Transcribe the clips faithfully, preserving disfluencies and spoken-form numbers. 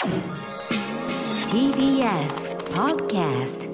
ティービーエス Podcast。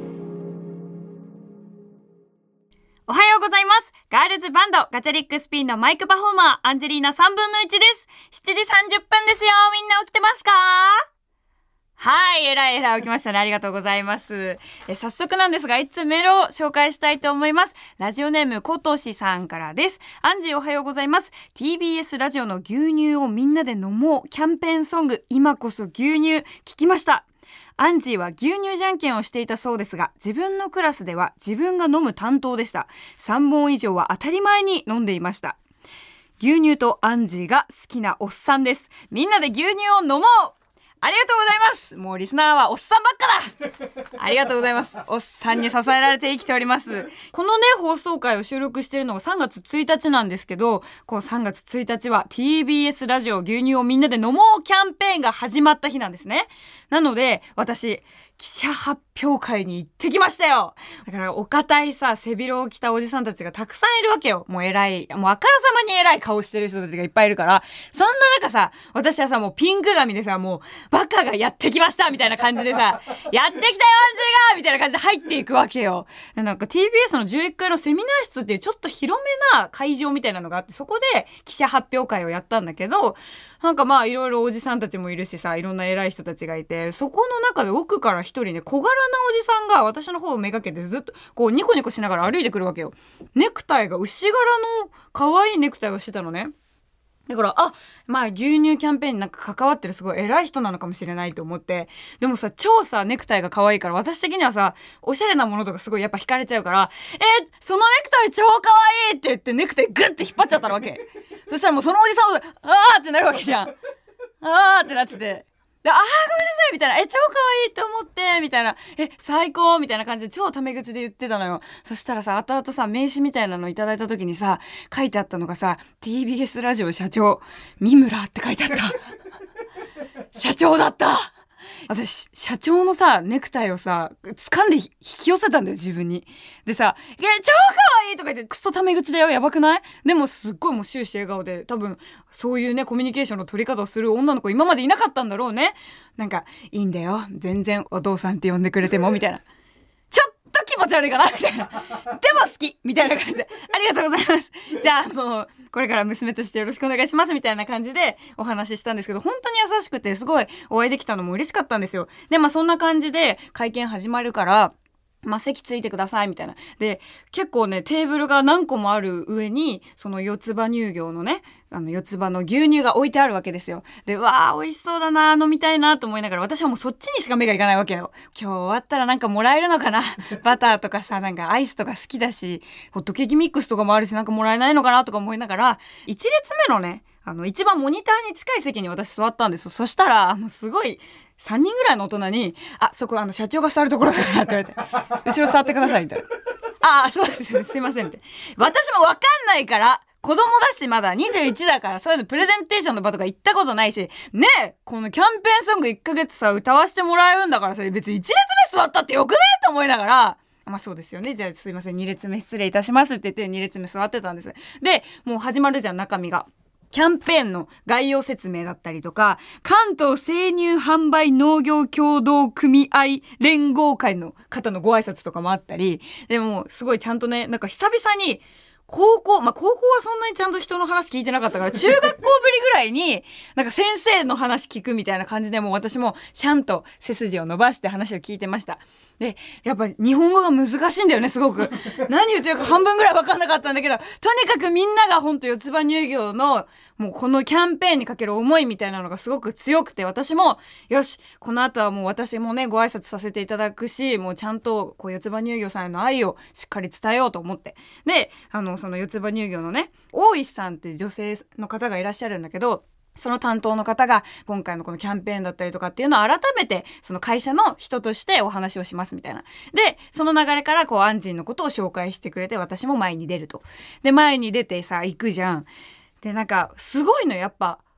おはようございます。ガールズバンドガチャリックスピンのマイクパフォーマーアンジェリーナさんぶんのいちです。しちじさんじゅっぷんですよ。みんな起きてますか？はい、えらいえらい起きましたね。ありがとうございます。え早速なんですが、いつつメールを紹介したいと思います。ラジオネームコトシさんからです。アンジーおはようございます。 ティービーエス ラジオの牛乳をみんなで飲もうキャンペーンソング、今こそ牛乳聞きました。アンジーは牛乳じゃんけんをしていたそうですが、自分のクラスでは自分が飲む担当でした。さんぼん以上は当たり前に飲んでいました。牛乳とアンジーが好きなおっさんです。みんなで牛乳を飲もう。ありがとうございます。もうリスナーはおっさんばっかだ。ありがとうございます。おっさんに支えられて生きております。このね放送回を収録しているのがさんがつついたちなんですけど、このさんがつついたちは ティービーエス ラジオ牛乳をみんなで飲もうキャンペーンが始まった日なんですね。なので私記者発表会に行ってきましたよ。だからお堅いさ背広を着たおじさんたちがたくさんいるわけよ。もう偉い、もうあからさまに偉い顔してる人たちがいっぱいいるから、そんな中さ、私はさもうピンク髪でさ、もうバカがやってきましたみたいな感じでさやってきたよアンジーがみたいな感じで入っていくわけよ。でなんか ティービーエス のじゅういっかいのセミナー室っていうちょっと広めな会場みたいなのがあって、そこで記者発表会をやったんだけど、なんかまあいろいろおじさんたちもいるしさ、いろんな偉い人たちがいて、そこの中で奥から一人ね小柄なおじさんが私の方をめがけてずっとこうニコニコしながら歩いてくるわけよ。ネクタイが牛柄の可愛いネクタイをしてたのね。だからあまあ牛乳キャンペーンになんか関わってるすごい偉い人なのかもしれないと思って、でもさ超さネクタイが可愛いから私的にはさおしゃれなものとかすごいやっぱ惹かれちゃうから、えー、そのネクタイ超可愛いって言ってネクタイグッて引っ張っちゃったわけ。そしたらもうそのおじさんはあーってなるわけじゃん。あーってなってて、であーごめんなさいみたいな、え超可愛いって思ってみたいな、え最高みたいな感じで超タメ口で言ってたのよ。そしたらさ後々さ名刺みたいなのいただいた時にさ書いてあったのがさ ティービーエス ラジオ社長三村って書いてあった社長だった。私社長のさネクタイをさ掴んで引き寄せたんだよ自分に。でさ「え超可愛い!」とか言ってクソタメ口だよ、やばくない？でもすっごいもう終始笑顔で、多分そういうねコミュニケーションの取り方をする女の子今までいなかったんだろうね。なんかいいんだよ全然お父さんって呼んでくれてもみたいな、ちょっと気持ち悪いかなみたいな、でも好きみたいな感じでありがとうございます、じゃあもうこれから娘としてよろしくお願いしますみたいな感じでお話ししたんですけど、本当に優しくてすごいお会いできたのも嬉しかったんですよ。でまあそんな感じで会見始まるからまあ、席ついてくださいみたいな。で結構ねテーブルが何個もある上にその四つ葉乳業のねあの四つ葉の牛乳が置いてあるわけですよ。でわー美味しそうだな飲みたいなと思いながら、私はもうそっちにしか目がいかないわけよ。今日終わったらなんかもらえるのかなバターとかさなんかアイスとか好きだしホットケーキミックスとかもあるしなんかもらえないのかなとか思いながら一列目のねあの一番モニターに近い席に私座ったんですよ。そしたらあのすごいさんにんぐらいの大人にあそこあの社長が座るところだからって言われて後ろ座ってくださいみたいなああそうですよねすいませんみたいな。私も分かんないから子供だしまだにじゅういちだからそういうのプレゼンテーションの場とか行ったことないしねえ、このキャンペーンソングいっかげつさ歌わせてもらえるんだからさ別にいち列目座ったってよくねと思いながら、まあそうですよねじゃあすいませんに列目失礼いたしますって言ってに列目座ってたんです。でもう始まるじゃん中身が。キャンペーンの概要説明だったりとか関東生乳販売農業協同組合連合会の方のご挨拶とかもあったり、でもすごいちゃんとねなんか久々に高校、まあ高校はそんなにちゃんと人の話聞いてなかったから中学校ぶりぐらいになんか先生の話聞くみたいな感じでもう私もちゃんと背筋を伸ばして話を聞いてました。でやっぱ日本語が難しいんだよねすごく何言ってるか半分ぐらい分かんなかったんだけどとにかくみんながほんと四つ葉乳業のもうこのキャンペーンにかける思いみたいなのがすごく強くて、私もよしこの後はもう私もねご挨拶させていただくしもうちゃんとこう四つ葉乳業さんへの愛をしっかり伝えようと思って、であのその四つ葉乳業のね大石さんって女性の方がいらっしゃるんだけど、その担当の方が今回のこのキャンペーンだったりとかっていうのを改めてその会社の人としてお話をしますみたいな。でその流れからこうアンジーのことを紹介してくれて私も前に出ると。で前に出てさ行くじゃん。でなんかすごいのやっぱ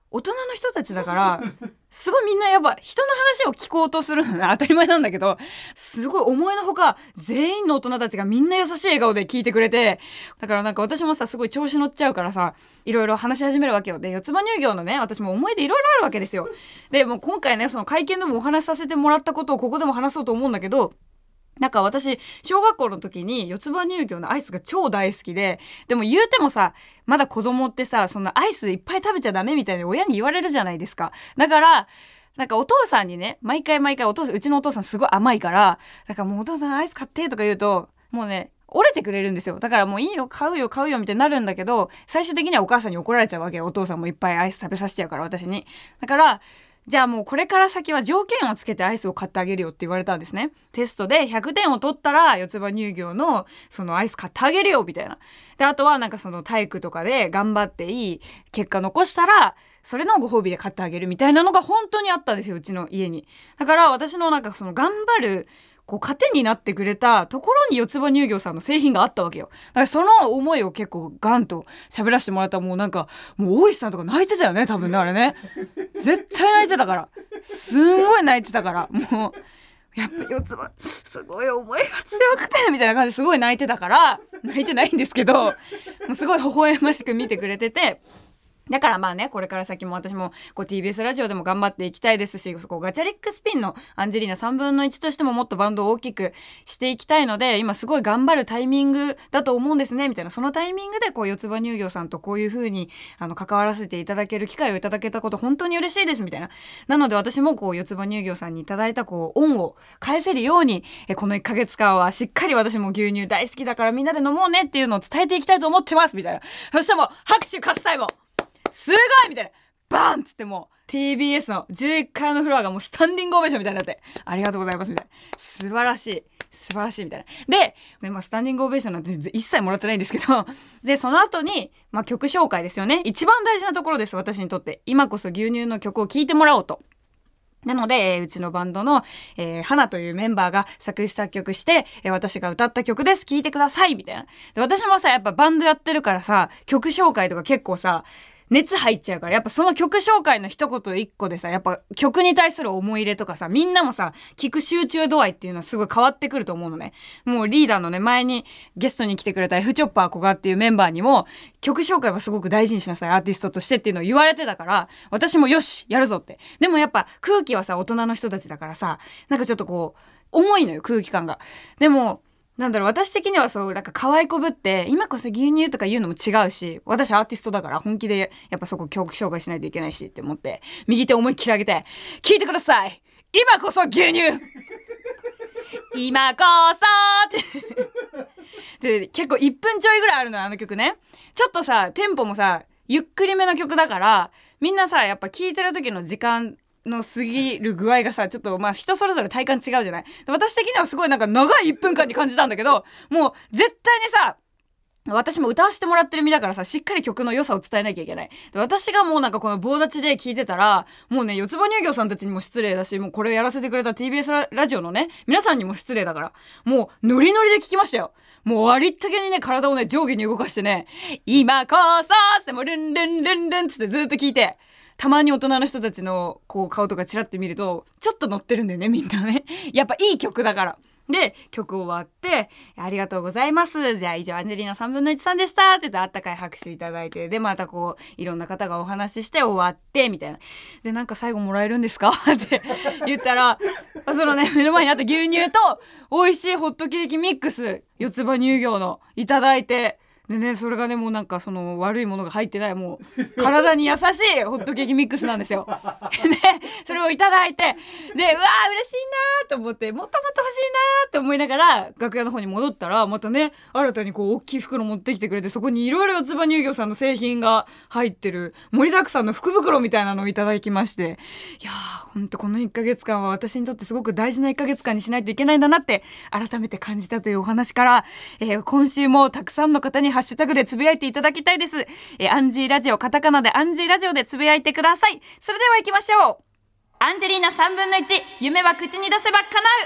大人の人たちだからすごいみんなやっぱ人の話を聞こうとするのね。当たり前なんだけど、すごい思いのほか全員の大人たちがみんな優しい笑顔で聞いてくれて、だからなんか私もさすごい調子乗っちゃうからさ、いろいろ話し始めるわけよ。で四つ葉乳業のね、私も思い出いろいろあるわけですよ。でもう今回ね、その会見でもお話しさせてもらったことをここでも話そうと思うんだけど、なんか私小学校の時に四つ葉乳業のアイスが超大好きで、でも言うてもさまだ子供ってさ、そんなアイスいっぱい食べちゃダメみたいに親に言われるじゃないですか。だからなんかお父さんにね、毎回毎回お父さん、うちのお父さんすごい甘いから、だからもうお父さんアイス買ってとか言うともうね折れてくれるんですよ。だからもういいよ買うよ買うよみたいになるんだけど、最終的にはお母さんに怒られちゃうわけよ。お父さんもいっぱいアイス食べさせちゃうから私に。だからじゃあもうこれから先は条件をつけてアイスを買ってあげるよって言われたんですね。テストでひゃくてんを取ったら四つ葉乳業のそのアイス買ってあげるよみたいな。であとはなんかその体育とかで頑張っていい結果残したらそれのご褒美で買ってあげるみたいなのが本当にあったんですよ、うちの家に。だから私のなんかその頑張るこう糧になってくれたところに四つ葉乳業さんの製品があったわけよ。だからその思いを結構ガンと喋らせてもらったら、もうなんかもう大石さんとか泣いてたよね多分ね、あれね。絶対泣いてたから、すんごい泣いてたから、もうやっぱ四つ葉すごい思いが強くてみたいな感じですごい泣いてたから、泣いてないんですけどもうすごい微笑ましく見てくれてて、だからまあね、これから先も私もこう ティービーエス ラジオでも頑張っていきたいですし、こうガチャリックスピンのアンジェリーナさんぶんのいちとしてももっとバンドを大きくしていきたいので、今すごい頑張るタイミングだと思うんですねみたいな。そのタイミングでこう四つ葉乳業さんとこういう風にあの関わらせていただける機会をいただけたこと本当に嬉しいですみたいな。なので私もこう四つ葉乳業さんにいただいたこう恩を返せるように、えこのいっかげつかんはしっかり私も牛乳大好きだからみんなで飲もうねっていうのを伝えていきたいと思ってますみたいな。そしてもう拍手喝采もすごいみたいな、バーンっつってもう ティービーエス のじゅういっかいのフロアがもうスタンディングオベーションみたいになって、ありがとうございますみたいな、素晴らしい素晴らしいみたいな。で、でまあ、スタンディングオベーションなんて一切もらってないんですけど、でその後に、まあ、曲紹介ですよね。一番大事なところです、私にとって。今こそ牛乳の曲を聴いてもらおうと。なので、えー、うちのバンドの、えー、花というメンバーが作詞作曲して、えー、私が歌った曲です。聴いてくださいみたいな。で私もさ、やっぱバンドやってるからさ、曲紹介とか結構さ熱入っちゃうから、やっぱその曲紹介の一言一個でさ、やっぱ曲に対する思い入れとかさ、みんなもさ聞く集中度合いっていうのはすごい変わってくると思うのね。もうリーダーのね、前にゲストに来てくれた F チョッパー古賀っていうメンバーにも曲紹介はすごく大事にしなさい、アーティストとしてっていうのを言われてたから、私もよしやるぞって。でもやっぱ空気はさ大人の人たちだからさ、なんかちょっとこう重いのよ、空気感が。でもなんだろう、私的にはそうなんか可愛いこぶって今こそ牛乳とか言うのも違うし、私アーティストだから本気でやっぱそこ曲紹介しないといけないしって思って、右手思いっきり上げて聞いてください、今こそ牛乳今こそってで結構いっぷんちょいぐらいあるのよ、あの曲ね。ちょっとさテンポもさゆっくりめの曲だから、みんなさやっぱ聴いてる時の時間の過ぎる具合がさ、ちょっとまあ人それぞれ体感違うじゃない。私的にはすごいなんか長いいっぷんかんに感じたんだけど、もう絶対にさ私も歌わせてもらってる身だからさ、しっかり曲の良さを伝えなきゃいけない。で私がもうなんかこの棒立ちで聴いてたら、もうね四つ葉乳業さんたちにも失礼だし、もうこれやらせてくれた ティービーエス ラ, ラジオのね皆さんにも失礼だから、もうノリノリで聴きましたよ。もうありったけにね体をね上下に動かしてね、今こそってもうルンルンルンルンつってずっと聴いて、たまに大人の人たちのこう顔とかチラッて見るとちょっと乗ってるんだよね、みんなね。やっぱいい曲だから。で曲終わってありがとうございます、じゃあ以上アンジェリーナさんぶんのいちさんでしたって言ってあったかい拍手いただいて、でまたこういろんな方がお話しして終わってみたいな。でなんか最後もらえるんですかって言ったらそのね目の前にあった牛乳と美味しいホットケーキミックス四つ葉乳業のいただいて、でね、それがねもうなんかその悪いものが入ってない、もう体に優しいホットケーキミックスなんですよでそれをいただいて、でうわー嬉しいなーと思って、もっともっと欲しいなーって思いながら楽屋の方に戻ったら、またね新たにこう大きい袋持ってきてくれて、そこにいろいろ四つ葉乳業さんの製品が入ってる盛りだくさんの福袋みたいなのをいただきまして、いやーほんとこのいっかげつかんは私にとってすごく大事ないっかげつかんにしないといけないんだなって改めて感じたというお話から、えー、今週もたくさんの方にハッシュタグでつぶやいていただきたいです。えー、アンジーラジオ、カタカナでアンジーラジオでつぶやいてください。それでは行きましょう。アンジェリーナさんぶんのいち、夢は口に出せば叶う、早番。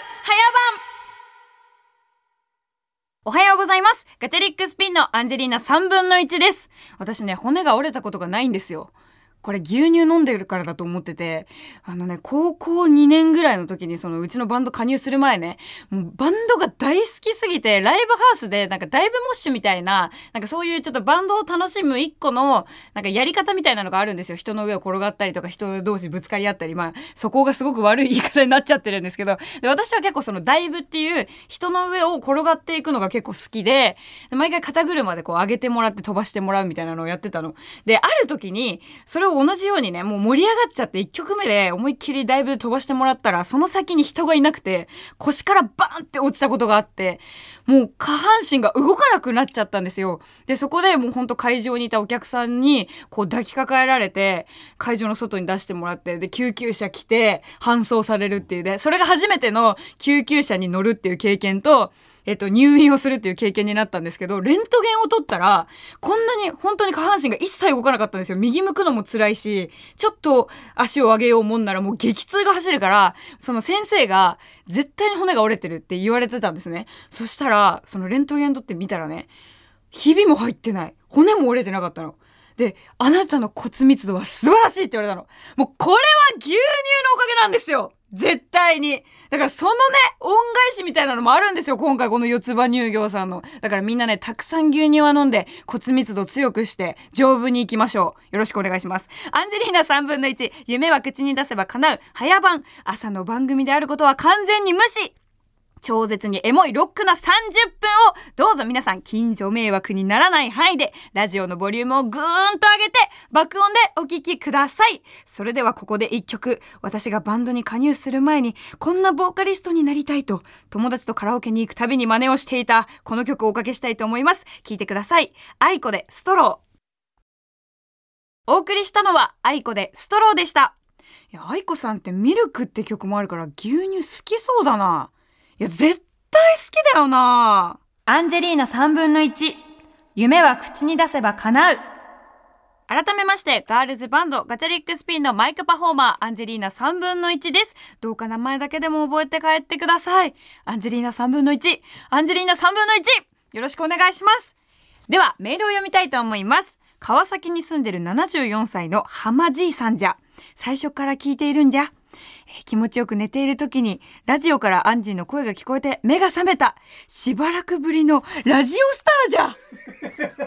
おはようございます。ガチャリックスピンのアンジェリーナさんぶんのいちです。私ね骨が折れたことがないんですよ。 これ牛乳飲んでるからだと思ってて、あのね、高校にねんぐらいの時にそのうちのバンド加入する前ね、もうバンドが大好きすぎて、ライブハウスでなんかダイブモッシュみたいな、なんかそういうちょっとバンドを楽しむ一個のなんかやり方みたいなのがあるんですよ。人の上を転がったりとか、人同士ぶつかり合ったり、まあそこがすごく悪い言い方になっちゃってるんですけど、で私は結構そのダイブっていう人の上を転がっていくのが結構好きで、毎回肩車でこう上げてもらって飛ばしてもらうみたいなのをやってたの。で、ある時にそれを同じようにね、もう盛り上がっちゃっていっきょくめで思いっきりダイブで飛ばしてもらったら、その先に人がいなくて腰からバーンって落ちたことがあって、もう下半身が動かなくなっちゃったんですよ。で、そこでもうほんと会場にいたお客さんにこう抱きかかえられて会場の外に出してもらって、で救急車来て搬送されるっていうね、それが初めての救急車に乗るっていう経験と、えっと、入院をするっていう経験になったんですけど、レントゲンを取ったら、こんなに本当に下半身が一切動かなかったんですよ。右向くのも辛いし、ちょっと足を上げようもんならもう激痛が走るから、その先生が絶対に骨が折れてるって言われてたんですね。そしたら、そのレントゲン取ってみたらね、ひびも入ってない。骨も折れてなかったの。で、あなたの骨密度は素晴らしいって言われたの。もうこれは牛乳のおかげなんですよ。絶対に。だからそのね、恩返しみたいなのもあるんですよ。今回この四つ葉乳業さんの。だからみんなね、たくさん牛乳は飲んで骨密度強くして丈夫にいきましょう。よろしくお願いします。アンジェリーナさんぶんのいち、夢は口に出せば叶う早番。朝の番組であることは完全に無視。超絶にエモいロックなさんじゅっぷんをどうぞ皆さん近所迷惑にならない範囲でラジオのボリュームをぐーんと上げて爆音でお聞きください。それではここで一曲、私がバンドに加入する前にこんなボーカリストになりたいと友達とカラオケに行くたびに真似をしていたこの曲をおかけしたいと思います。聴いてください。アイコでストロー。お送りしたのはアイコでストローでした。いや、アイコさんってミルクって曲もあるから牛乳好きそうだな。いや、絶対好きだよな。アンジェリーナさんぶんのいち、夢は口に出せば叶う。改めまして、ガールズバンドガチャリックスピンのマイクパフォーマー、アンジェリーナさんぶんのいちです。どうか名前だけでも覚えて帰ってください。アンジェリーナさんぶんのいち、アンジェリーナさんぶんのいち、よろしくお願いします。では、メールを読みたいと思います。川崎に住んでるななじゅうよんさいの浜じいさんじゃ。最初から聞いているんじゃ。えー、気持ちよく寝ている時にラジオからアンジーの声が聞こえて目が覚めた。しばらくぶりのラジオスターじゃ。素晴らしい、いいメール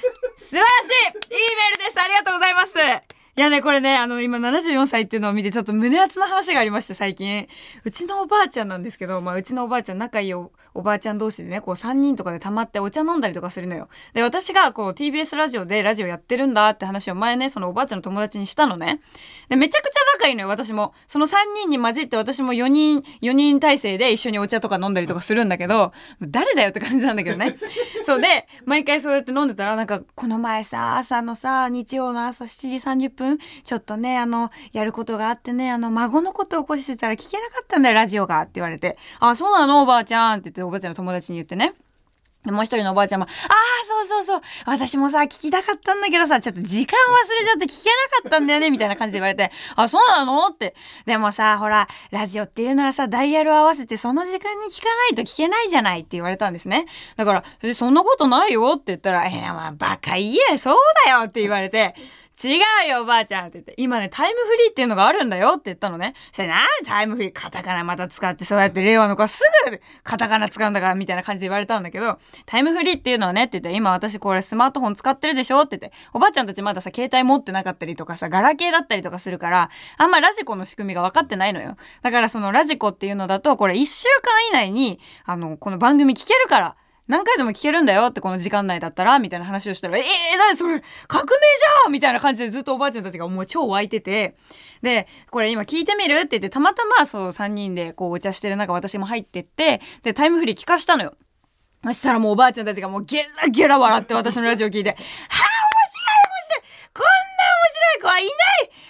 です。ありがとうございます。いやね、これね、あの今ななじゅうよんさいっていうのを見てちょっと胸熱な話がありまして、最近うちのおばあちゃんなんですけど、まあうちのおばあちゃん仲いい お, おばあちゃん同士でね、こうさんにんとかで溜まってお茶飲んだりとかするのよ。で、私がこう ティービーエス ラジオでラジオやってるんだって話を前ね、そのおばあちゃんの友達にしたのね。で、めちゃくちゃ仲いいのよ。私もそのさんにんに混じって私もよにんよにん体制で一緒にお茶とか飲んだりとかするんだけど、誰だよって感じなんだけどね。そうで、毎回そうやって飲んでたら、なんかこの前さ、朝のさ、日曜の朝しちじさんじゅっぷんちょっとね、あのやることがあってね、あの孫のことを起こしてたら聞けなかったんだよラジオがって言われて、あ、そうなのおばあちゃんって言って、おばあちゃんの友達に言ってね。でもう一人のおばあちゃんも、ああ、そうそうそう、私もさ、聞きたかったんだけどさ、ちょっと時間忘れちゃって聞けなかったんだよね、みたいな感じで言われて、あ、そうなのって。でもさ、ほら、ラジオっていうならさ、ダイヤル合わせてその時間に聞かないと聞けないじゃないって言われたんですね。だから、そんなことないよって言ったら、えー、まあ、バカ言え、そうだよって言われて、違うよおばあちゃんって言って、今ねタイムフリーっていうのがあるんだよって言ったのね。それなんでタイムフリー、カタカナまた使って、そうやって令和の子はすぐカタカナ使うんだからみたいな感じで言われたんだけど、タイムフリーっていうのはねって言って、今私これスマートフォン使ってるでしょって言って、おばあちゃんたちまださ携帯持ってなかったりとかさ、ガラケーだったりとかするから、あんまラジコの仕組みが分かってないのよ。だからそのラジコっていうのだと、これいっしゅうかん以内にあのこの番組聞けるから何回でも聞けるんだよって、この時間内だったらみたいな話をしたら、えー、なにそれ革命じゃんみたいな感じでずっとおばあちゃんたちがもう超湧いてて、でこれ今聞いてみるって言って、たまたまそうさんにんでこうお茶してる中、私も入ってって、でタイムフリー聞かしたのよ。そしたらもうおばあちゃんたちがもうゲラゲラ笑って私のラジオ聞いて、はぁ面白い面白い、こんな面白い子はいない、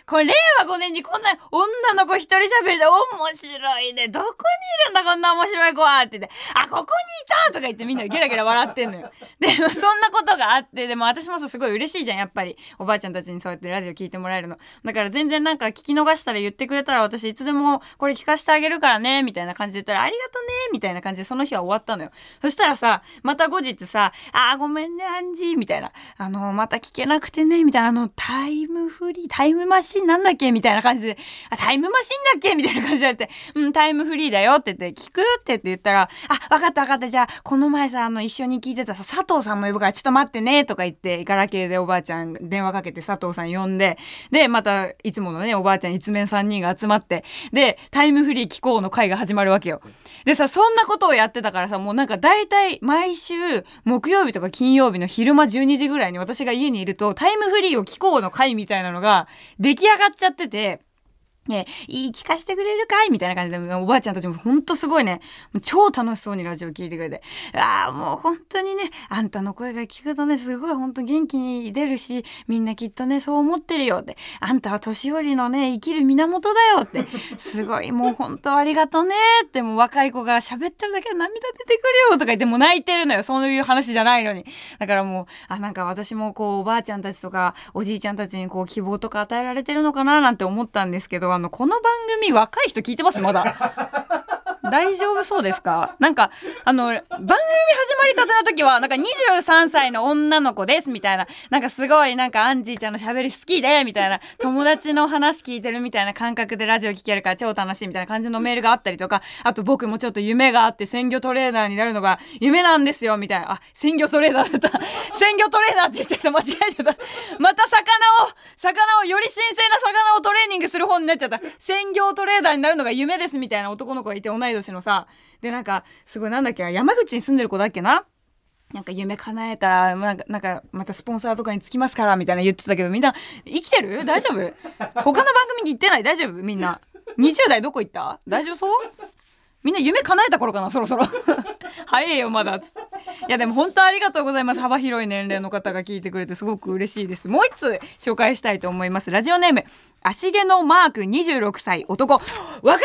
これ令和ごねんにこんな女の子一人喋りで面白いね。どこにいるんだこんな面白い子はって言って、あ、ここにいたとか言ってみんなゲラゲラ笑ってんのよ。でもそんなことがあって、でも私もすごい嬉しいじゃん、やっぱり。おばあちゃんたちにそうやってラジオ聞いてもらえるの。だから全然なんか聞き逃したら言ってくれたら私いつでもこれ聞かせてあげるからね、みたいな感じで言ったらありがとね、みたいな感じでその日は終わったのよ。そしたらさ、また後日さ、あーごめんね、アンジー、みたいな。あの、また聞けなくてね、みたいな。あの、タイムフリー、タイムマシンなんだっけみたいな感じで、あ、タイムマシンだっけみたいな感じで言われて、うん、タイムフリーだよって言って、聞くって言って言ったら、あ、わかったわかった。じゃあ、この前さ、あの、一緒に聞いてたさ、佐藤さんも呼ぶからちょっと待ってね、とか言って、ガラケーでおばあちゃん電話かけて佐藤さん呼んで、で、また、いつものね、おばあちゃん一面さんにんが集まって、で、タイムフリー聞こうの会が始まるわけよ。でさ、そんなことをやってたからさ、もうなんか大体、毎週、木曜日とか金曜日の昼間じゅうにじぐらいに私が家にいると、タイムフリーを聞こうの会みたいなのが出来上がっちゃってて、ね、いい聞かせてくれるかいみたいな感じで、おばあちゃんたちもほんとすごいね、超楽しそうにラジオ聞いてくれて、ああ、もう本当にね、あんたの声が聞くとね、すごい本当元気に出るし、みんなきっとね、そう思ってるよって、あんたは年寄りのね、生きる源だよって、すごいもう本当ありがとねって、もう若い子が喋ってるだけで涙出てくるよとか言ってもう泣いてるのよ。そういう話じゃないのに。だからもう、あ、なんか私もこう、おばあちゃんたちとか、おじいちゃんたちにこう、希望とか与えられてるのかななんて思ったんですけど、あの、この番組若い人聞いてますまだ大丈夫そうですか？なんかあの番組始まりたての時はなんかにじゅうさんさいの女の子ですみたいな、なんかすごいなんかアンジーちゃんの喋り好きでみたいな、友達の話聞いてるみたいな感覚でラジオ聞けるから超楽しいみたいな感じのメールがあったりとか、あと僕もちょっと夢があって鮮魚トレーナーになるのが夢なんですよみたいな、あ、鮮魚トレーナーだった鮮魚トレーナーって言っちゃった間違えちゃったまた魚を魚をより神聖な魚をトレーニングする方になっちゃった。鮮魚トレーダーになるのが夢ですみたいな男の子がいて、同い年のさ、でなんかすごいなんだっけ、山口に住んでる子だっけな、なんか夢叶えたらなんか、なんかまたスポンサーとかにつきますからみたいな言ってたけど、みんな生きてる？大丈夫？他の番組に行ってない？大丈夫？みんなにじゅう代どこ行った？大丈夫そう？みんな夢叶えた頃かな、そろそろ早いよまだ。いやでも本当ありがとうございます。幅広い年齢の方が聞いてくれてすごく嬉しいです。もう一つ紹介したいと思います。ラジオネーム足毛のマークにじゅうろくさい男。若い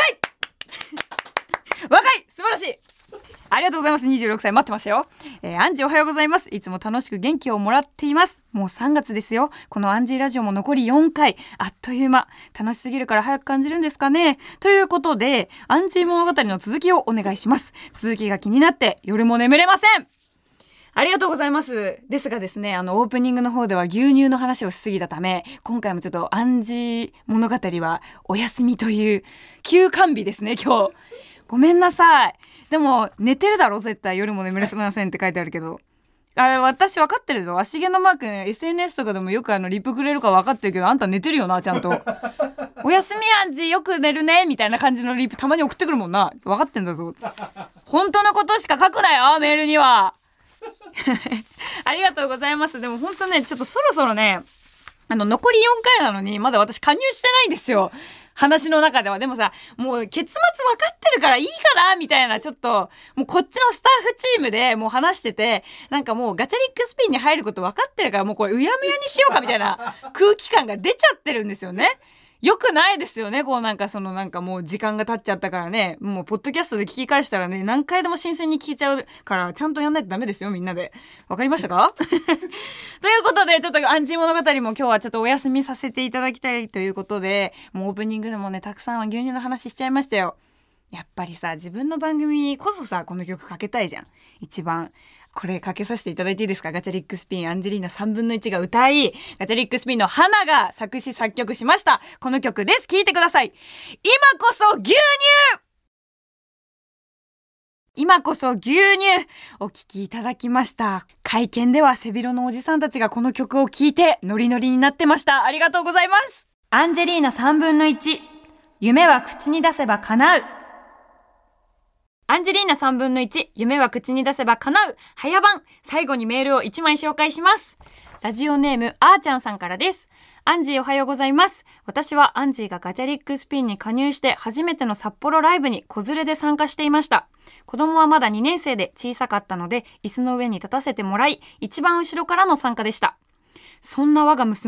若い、素晴らしい、ありがとうございます。にじゅうろくさい待ってましたよ。えー、アンジーおはようございます。いつも楽しく元気をもらっています。もうさんがつですよ。このアンジーラジオも残りよんかい、あっという間。楽しすぎるから早く感じるんですかね。ということでアンジー物語の続きをお願いします。続きが気になって夜も眠れません。ありがとうございます。ですがですね、あのオープニングの方では牛乳の話をしすぎたため、今回もちょっとアンジー物語はお休みという休館日ですね今日。ごめんなさい。でも寝てるだろ絶対、夜も眠れませんって書いてあるけど、あれ私分かってるぞ。足毛のマーク エスエヌエス とかでもよくあのリプくれるか分かってるけど、あんた寝てるよなちゃんとおやすみアンジーよく寝るねみたいな感じのリプたまに送ってくるもんな。分かってんだぞ。本当のことしか書くなよメールにはありがとうございます。でも本当ね、ちょっとそろそろね、あの残りよんかいなのにまだ私加入してないんですよ、話の中では。でもさ、もう結末分かってるからいいかなみたいな、ちょっともうこっちのスタッフチームでもう話してて、なんかもうガチャリックスピンに入ること分かってるから、もうこれうやむやにしようかみたいな空気感が出ちゃってるんですよね。よくないですよね。こうなんかそのなんかもう時間が経っちゃったからね、もうポッドキャストで聞き返したらね、何回でも新鮮に聞いちゃうからちゃんとやんないとダメですよみんなで。わかりましたかということで、ちょっとアンジー物語も今日はちょっとお休みさせていただきたいということで、もうオープニングでもねたくさん牛乳の話しちゃいましたよ。やっぱりさ、自分の番組こそさこの曲かけたいじゃん。一番これかけさせていただいていいですか。ガチャリックスピンアンジェリーナさんぶんのいちが歌い、ガチャリックスピンの花が作詞作曲しましたこの曲です。聴いてください。今こそ牛乳、今こそ牛乳お聴きいただきました。会見では背広のおじさんたちがこの曲を聴いてノリノリになってました。ありがとうございます。アンジェリーナさんぶんのいち、夢は口に出せば叶う。アンジェリーナさんぶんのいち、夢は口に出せば叶う早番。最後にメールをいちまい紹介します。ラジオネームあーちゃんさんからです。アンジーおはようございます。私はアンジーがガチャリックスピンに加入して初めての札幌ライブに子連れで参加していました。子供はまだにねん生で小さかったので椅子の上に立たせてもらい、一番後ろからの参加でした。そんな我が娘も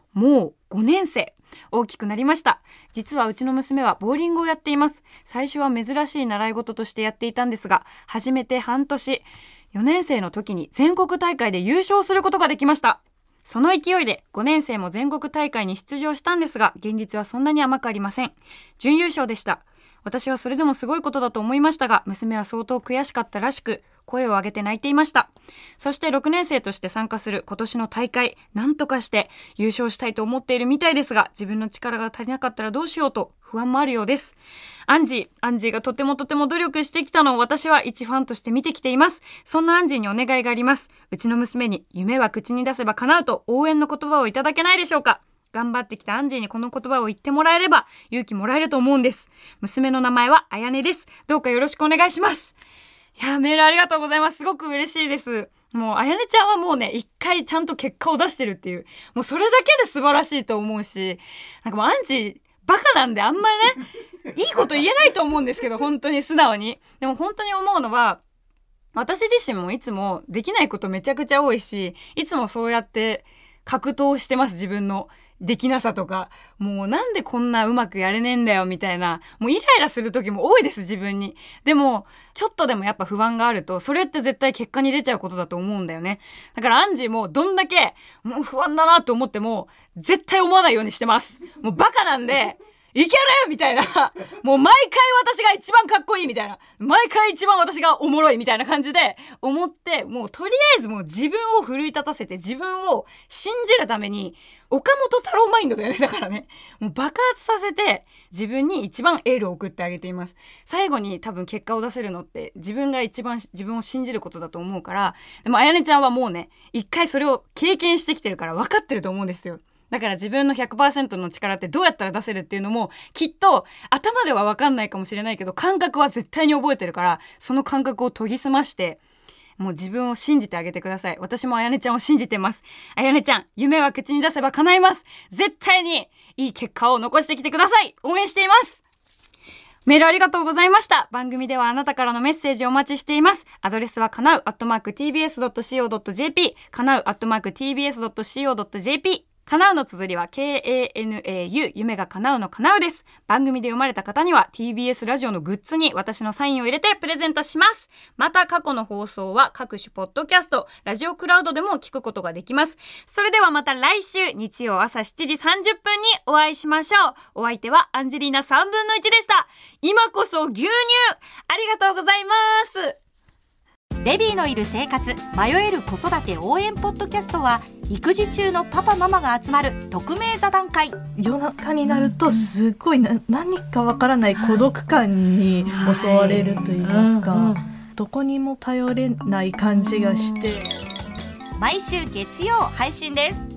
もうごねんせい。大きくなりました。実はうちの娘はボーリングをやっています。最初は珍しい習い事としてやっていたんですが、始めて半年、よねんせいの時に全国大会で優勝することができました。その勢いでごねんせいも全国大会に出場したんですが、現実はそんなに甘くありません。準優勝でした。私はそれでもすごいことだと思いましたが、娘は相当悔しかったらしく、声を上げて泣いていました。そしてろくねんせいとして参加する今年の大会、なんとかして優勝したいと思っているみたいですが、自分の力が足りなかったらどうしようと不安もあるようです。アンジー、アンジーがとてもとても努力してきたのを私は一ファンとして見てきています。そんなアンジーにお願いがあります。うちの娘に夢は口に出せば叶うと応援の言葉をいただけないでしょうか。頑張ってきたアンジーにこの言葉を言ってもらえれば勇気もらえると思うんです。娘の名前はあやねです。どうかよろしくお願いします。いや、メールありがとうございます。すごく嬉しいです。もうあやねちゃんはもうね、一回ちゃんと結果を出してるっていう、もうそれだけで素晴らしいと思うし、なんかもうアンジーバカなんであんまりねいいこと言えないと思うんですけど、本当に素直に。でも本当に思うのは、私自身もいつもできないことめちゃくちゃ多いし、いつもそうやって格闘してます。自分のできなさとか、もうなんでこんなうまくやれねえんだよみたいな、もうイライラする時も多いです、自分に。でもちょっとでもやっぱ不安があると、それって絶対結果に出ちゃうことだと思うんだよね。だからアンジーもどんだけもう不安だなと思っても絶対思わないようにしてます。もうバカなんでいけるみたいな、もう毎回私が一番かっこいいみたいな、毎回一番私がおもろいみたいな感じで思って、もうとりあえずもう自分を奮い立たせて、自分を信じるために岡本太郎マインドだよね。だからね、もう爆発させて自分に一番エールを送ってあげています。最後に多分結果を出せるのって自分が一番自分を信じることだと思うから。でもあやねちゃんはもうね、一回それを経験してきてるから分かってると思うんですよ。だから自分の ひゃくパーセント の力ってどうやったら出せるっていうのもきっと頭では分かんないかもしれないけど、感覚は絶対に覚えてるから、その感覚を研ぎ澄ましてもう自分を信じてあげてください。私もあやねちゃんを信じてます。あやねちゃん、夢は口に出せば叶います。絶対にいい結果を残してきてください。応援しています。メールありがとうございました。番組ではあなたからのメッセージをお待ちしています。アドレスはかなうアットマーク ティービーエスドットシーオードットジェーピー、かなうアットマーク ティービーエスドットシーオードットジェーピー、かなうの綴りは ケーエーエヌエーユー、 夢が叶うのかなうです。番組で読まれた方には ティービーエス ラジオのグッズに私のサインを入れてプレゼントします。また過去の放送は各種ポッドキャスト、ラジオクラウドでも聞くことができます。それではまた来週日曜朝しちじさんじゅっぷんにお会いしましょう。お相手はアンジェリーナさんぶんのいちでした。今こそ牛乳、ありがとうございます。 ベビーのいる生活、迷える子育て応援ポッドキャストは、育児中のパパママが集まる匿名座談会。 夜中になるとすごいな何かわからない孤独感に襲われると言いますか、どこにも頼れない感じがして、 毎週月曜配信です。